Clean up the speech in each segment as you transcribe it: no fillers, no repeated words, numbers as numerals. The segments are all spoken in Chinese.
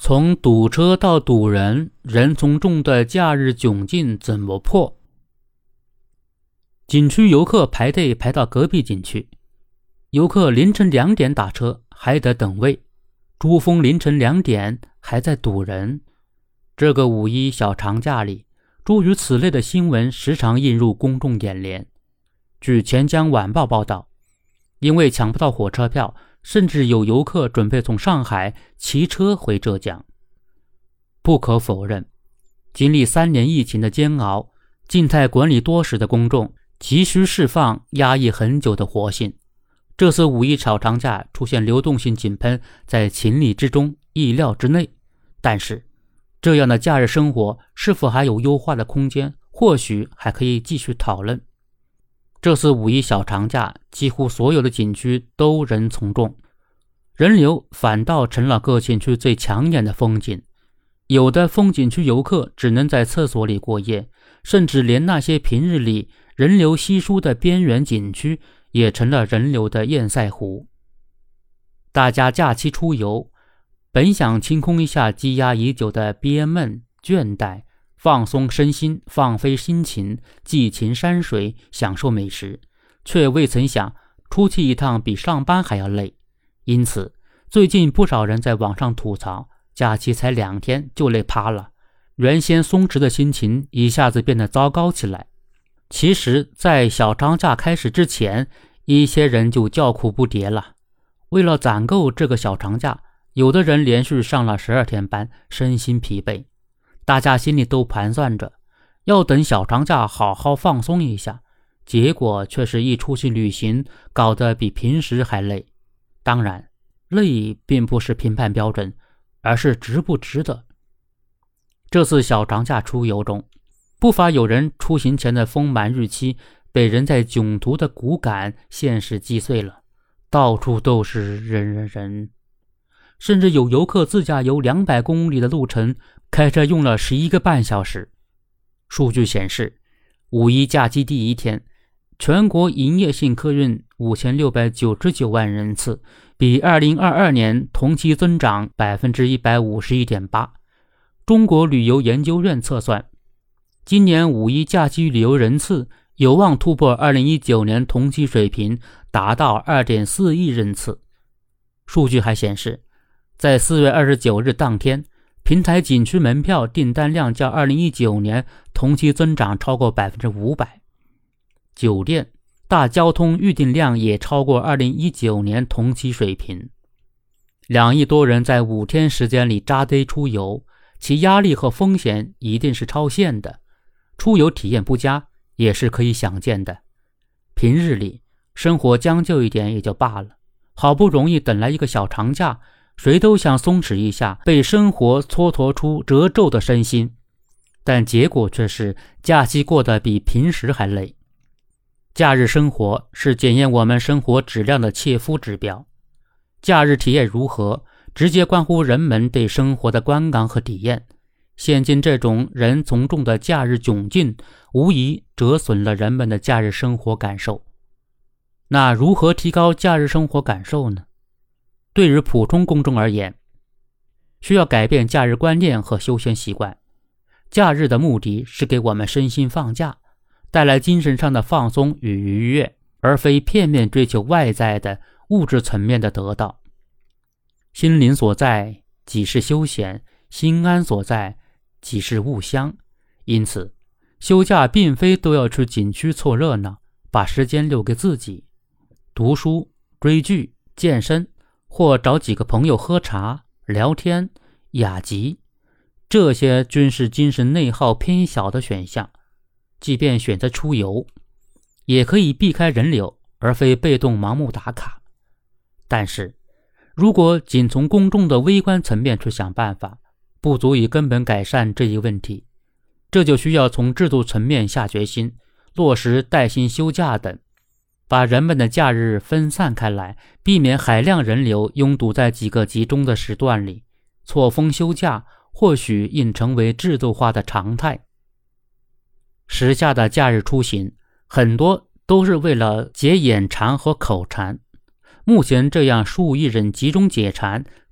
从堵车到堵人，人从众的假日窘境怎么破？景区游客排队排到隔壁景区，游客凌晨2点打车还得等位，珠峰凌晨2点还在堵人。这个五一小长假里，诸如此类的新闻时常映入公众眼帘。据钱江晚报报道，因为抢不到火车票，甚至有游客准备从上海骑车回浙江。不可否认，经历3年疫情的煎熬，静态管理多时的公众急需释放压抑很久的活性。这次五一小长假出现流动性井喷，在情理之中，意料之内。但是这样的假日生活是否还有优化的空间，或许还可以继续讨论。这次五一小长假，几乎所有的景区都人从众，人流反倒成了各景区最抢眼的风景。有的风景区游客只能在厕所里过夜，甚至连那些平日里人流稀疏的边缘景区也成了人流的堰塞湖。大家假期出游，本想清空一下积压已久的憋闷倦怠，放松身心，放飞心情，寄情山水，享受美食，却未曾想出去一趟比上班还要累。因此最近不少人在网上吐槽，假期才2天就累趴了，原先松弛的心情一下子变得糟糕起来。其实在小长假开始之前，一些人就叫苦不迭了。为了攒够这个小长假，有的人连续上了12天班，身心疲惫。大家心里都盘算着要等小长假好好放松一下，结果却是一出去旅行搞得比平时还累。当然，累并不是评判标准，而是值不值得。这次小长假出游中，不乏有人出行前的丰满日期被人在囧途的骨感现实击碎了，到处都是人，甚至有游客自驾游200公里的路程开车用了11个半小时。数据显示，五一假期第一天，全国营业性客运5699万人次，比2022年同期增长 151.8%。 中国旅游研究院测算，今年五一假期旅游人次有望突破2019年同期水平，达到 2.4 亿人次。数据还显示，在4月29日当天，平台景区门票订单量较2019年同期增长超过 500%， 酒店、大交通预订量也超过2019年同期水平。2亿多人在5天时间里扎堆出游，其压力和风险一定是超限的，出游体验不佳也是可以想见的。平日里生活将就一点也就罢了，好不容易等来一个小长假，谁都想松弛一下被生活蹉跎出褶皱的身心，但结果却是假期过得比平时还累。假日生活是检验我们生活质量的切肤指标，假日体验如何，直接关乎人们对生活的观感和体验。现今这种人从众的假日窘境，无疑折损了人们的假日生活感受。那如何提高假日生活感受呢？对于普通公众而言，需要改变假日观念和休闲习惯。假日的目的是给我们身心放假，带来精神上的放松与愉悦，而非片面追求外在的物质层面的得到。心灵所在即是休闲，心安所在即是物香。因此休假并非都要去景区凑热闹，把时间留给自己，读书、追剧、健身，或找几个朋友喝茶、聊天、雅集，这些均是精神内耗偏小的选项。即便选择出游，也可以避开人流，而非被动盲目打卡。但是如果仅从公众的微观层面去想办法，不足以根本改善这一问题。这就需要从制度层面下决心，落实带薪休假等，把人们的假日分散开来，避免海量人流拥堵在几个集中的时段里。错峰休假或许应成为制度化的常态。时下的假日出行，很多都是为了解眼馋和口馋。目前这样数亿人集中解馋，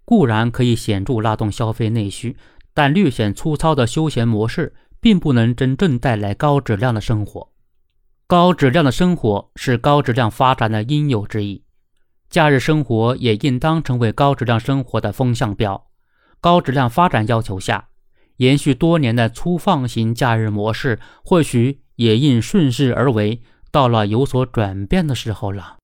固然可以显著拉动消费内需，但略显粗糙的休闲模式并不能真正带来高质量的生活。高质量的生活是高质量发展的应有之义，假日生活也应当成为高质量生活的风向标。高质量发展要求下，延续多年的粗放型假日模式或许也应顺势而为，到了有所转变的时候了。